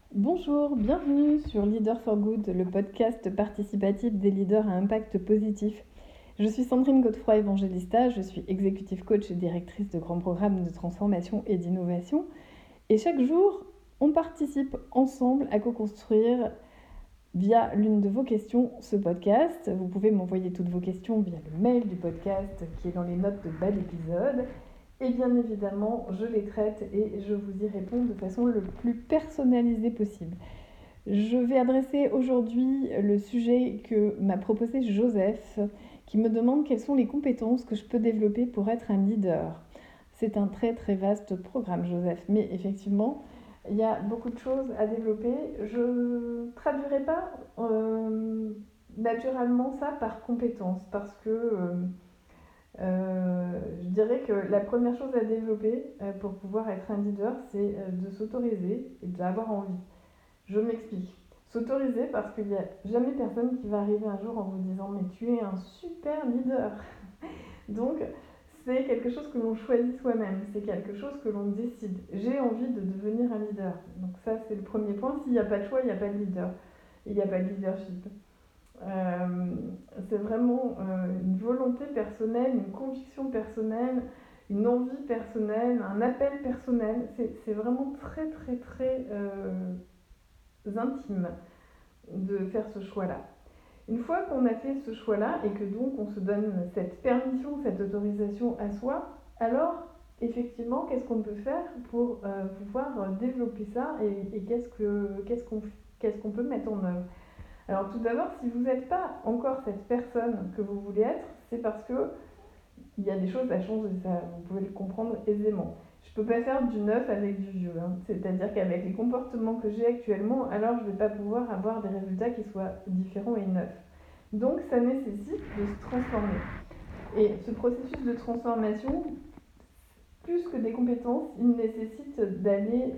Bonjour, bienvenue sur Leader for Good, le podcast participatif des leaders à impact positif. Je suis Sandrine Godefroy-Evangelista, je suis executive coach et directrice de grands programmes de transformation et d'innovation. Et chaque jour, on participe ensemble à co-construire via l'une de vos questions ce podcast. Vous pouvez m'envoyer toutes vos questions via le mail du podcast qui est dans les notes de bas d'épisode. Et bien évidemment, je les traite et je vous y réponds de façon le plus personnalisée possible. Je vais adresser aujourd'hui le sujet que m'a proposé Joseph, qui me demande quelles sont les compétences que je peux développer pour être un leader. C'est un très très vaste programme, Joseph, mais effectivement, il y a beaucoup de choses à développer. Je ne traduirai pas naturellement ça par compétences, parce que je dirais que la première chose à développer pour pouvoir être un leader, c'est de s'autoriser et d'avoir envie. Je m'explique. S'autoriser parce qu'il n'y a jamais personne qui va arriver un jour en vous disant mais tu es un super leader. Donc c'est quelque chose que l'on choisit soi-même, c'est quelque chose que l'on décide. J'ai envie de devenir un leader. Donc ça c'est le premier point. S'il n'y a pas de choix, il n'y a pas de leader. Il n'y a pas de leadership. Euh, c'est vraiment une volonté personnelle, une conviction personnelle, une envie personnelle, un appel personnel. C'est vraiment très très très intime de faire ce choix-là. Une fois qu'on a fait ce choix-là et que donc on se donne cette permission, cette autorisation à soi, alors effectivement, qu'est-ce qu'on peut faire pour pouvoir développer ça et qu'est-ce qu'on peut mettre en œuvre. Alors tout d'abord, si vous n'êtes pas encore cette personne que vous voulez être, c'est parce que il y a des choses à changer, ça vous pouvez le comprendre aisément. Je ne peux pas faire du neuf avec du vieux, hein. C'est-à-dire qu'avec les comportements que j'ai actuellement, alors je ne vais pas pouvoir avoir des résultats qui soient différents et neufs. Donc ça nécessite de se transformer. Et ce processus de transformation, plus que des compétences, il nécessite d'aller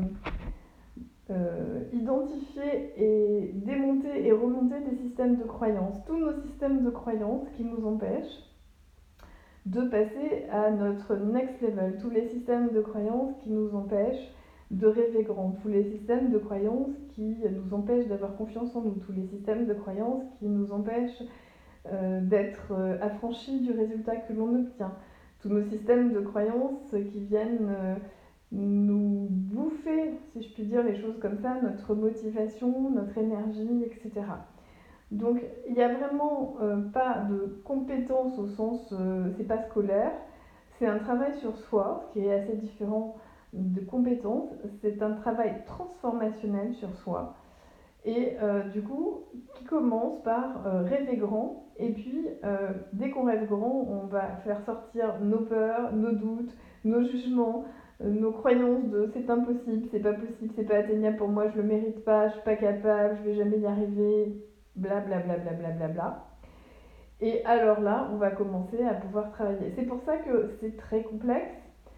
identifier et démonter et remonter des systèmes de croyances. Tous nos systèmes de croyances qui nous empêchent de passer à notre next level, tous les systèmes de croyances qui nous empêchent de rêver grand, tous les systèmes de croyances qui nous empêchent d'avoir confiance en nous, tous les systèmes de croyances qui nous empêchent d'être affranchis du résultat que l'on obtient, tous nos systèmes de croyances qui viennent nous bouffer, si je puis dire les choses comme ça, notre motivation, notre énergie, etc. Donc il n'y a vraiment pas de compétences au sens, c'est pas scolaire, c'est un travail sur soi, ce qui est assez différent de compétences, c'est un travail transformationnel sur soi. Et du coup, qui commence par rêver grand, et puis dès qu'on rêve grand, on va faire sortir nos peurs, nos doutes, nos jugements, nos croyances de c'est impossible, c'est pas possible, c'est pas atteignable pour moi, je le mérite pas, je suis pas capable, je vais jamais y arriver, bla bla bla bla bla bla bla. Et alors là, on va commencer à pouvoir travailler. C'est pour ça que c'est très complexe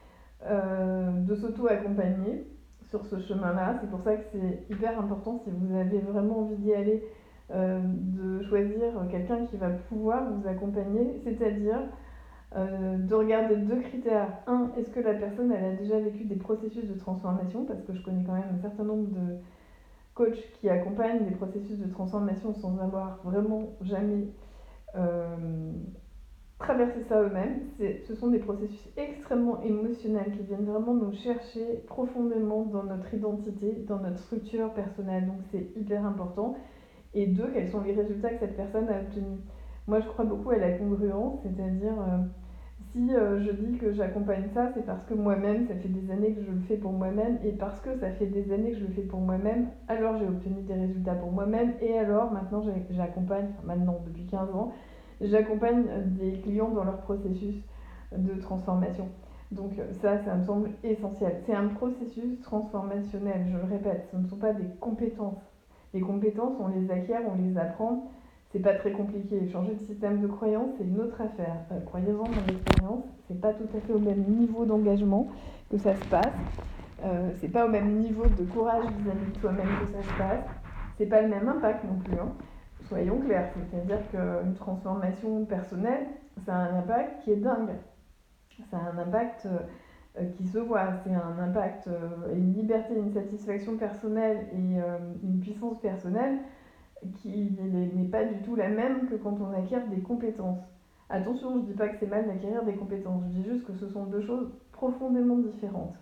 de s'auto-accompagner sur ce chemin-là. C'est pour ça que c'est hyper important, si vous avez vraiment envie d'y aller, de choisir quelqu'un qui va pouvoir vous accompagner, c'est-à-dire de regarder deux critères. Un, est-ce que la personne elle a déjà vécu des processus de transformation, parce que je connais quand même un certain nombre de coachs qui accompagnent des processus de transformation sans avoir vraiment jamais euh, traverser ça eux-mêmes. Ce sont des processus extrêmement émotionnels qui viennent vraiment nous chercher profondément dans notre identité, dans notre structure personnelle. Donc c'est hyper important. Et deux, quels sont les résultats que cette personne a obtenus. Moi, je crois beaucoup à la congruence, c'est-à-dire si je dis que j'accompagne ça, c'est parce que moi-même, ça fait des années que je le fais pour moi-même, et parce que ça fait des années que je le fais pour moi-même, alors j'ai obtenu des résultats pour moi-même, et alors maintenant j'accompagne, enfin maintenant depuis 15 ans, j'accompagne des clients dans leur processus de transformation. Donc ça me semble essentiel. C'est un processus transformationnel, je le répète, ce ne sont pas des compétences. Les compétences, on les acquiert, on les apprend, c'est pas très compliqué. Changer de système de croyance, c'est une autre affaire. Croyez-en, mon expérience, c'est pas tout à fait au même niveau d'engagement que ça se passe. C'est pas au même niveau de courage vis-à-vis de soi-même que ça se passe. C'est pas le même impact non plus, hein. Soyons clairs, c'est-à-dire qu'une transformation personnelle, ça a un impact qui est dingue. Ça a un impact qui se voit. C'est un impact, une liberté, une satisfaction personnelle et une puissance personnelle qui n'est pas du tout la même que quand on acquiert des compétences. Attention, je ne dis pas que c'est mal d'acquérir des compétences, je dis juste que ce sont deux choses profondément différentes.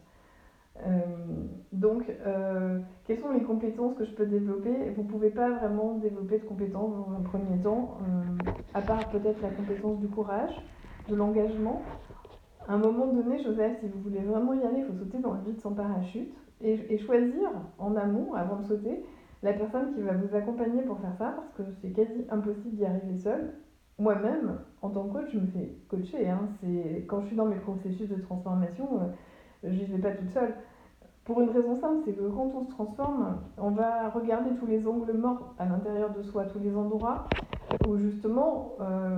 Quelles sont les compétences que je peux développer? Vous ne pouvez pas vraiment développer de compétences dans un premier temps, à part peut-être la compétence du courage, de l'engagement. À un moment donné, Joseph, si vous voulez vraiment y aller, il faut sauter dans le vide sans parachute et choisir en amont, avant de sauter, la personne qui va vous accompagner pour faire ça, parce que c'est quasi impossible d'y arriver seul. Moi-même, en tant que coach, je me fais coacher. Quand je suis dans mes processus de transformation, je n'y vais pas toute seule. Pour une raison simple, c'est que quand on se transforme, on va regarder tous les angles morts à l'intérieur de soi, tous les endroits où justement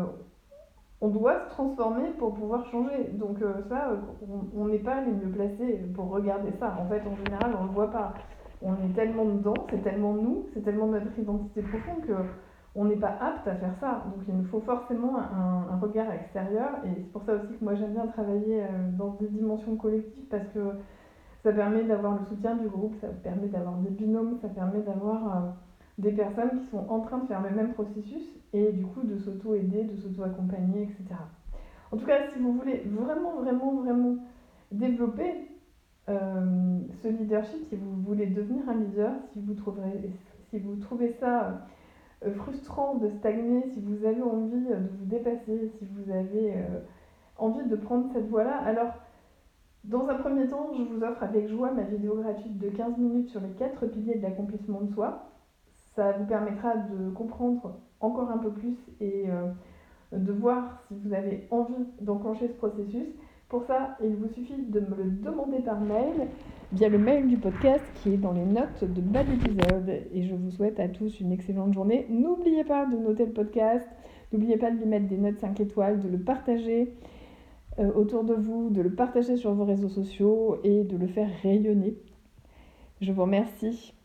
on doit se transformer pour pouvoir changer. Donc on n'est pas les mieux placés pour regarder ça. En fait, en général, on ne le voit pas. On est tellement dedans, c'est tellement nous, c'est tellement notre identité profonde que on n'est pas apte à faire ça. Donc il nous faut forcément un regard extérieur. Et c'est pour ça aussi que moi j'aime bien travailler dans des dimensions collectives parce que ça permet d'avoir le soutien du groupe, ça permet d'avoir des binômes, ça permet d'avoir des personnes qui sont en train de faire le même processus et du coup de s'auto-aider, de s'auto-accompagner, etc. En tout cas, si vous voulez vraiment développer ce leadership, si vous voulez devenir un leader, si vous trouvez ça frustrant de stagner, si vous avez envie de vous dépasser, si vous avez envie de prendre cette voie-là, alors dans un premier temps, je vous offre avec joie ma vidéo gratuite de 15 minutes sur les 4 piliers de l'accomplissement de soi. Ça vous permettra de comprendre encore un peu plus et de voir si vous avez envie d'enclencher ce processus. Pour ça, il vous suffit de me le demander par mail via le mail du podcast qui est dans les notes de bas d'épisode. Et je vous souhaite à tous une excellente journée. N'oubliez pas de noter le podcast, n'oubliez pas de lui mettre des notes 5 étoiles, de le partager autour de vous, de le partager sur vos réseaux sociaux et de le faire rayonner. Je vous remercie.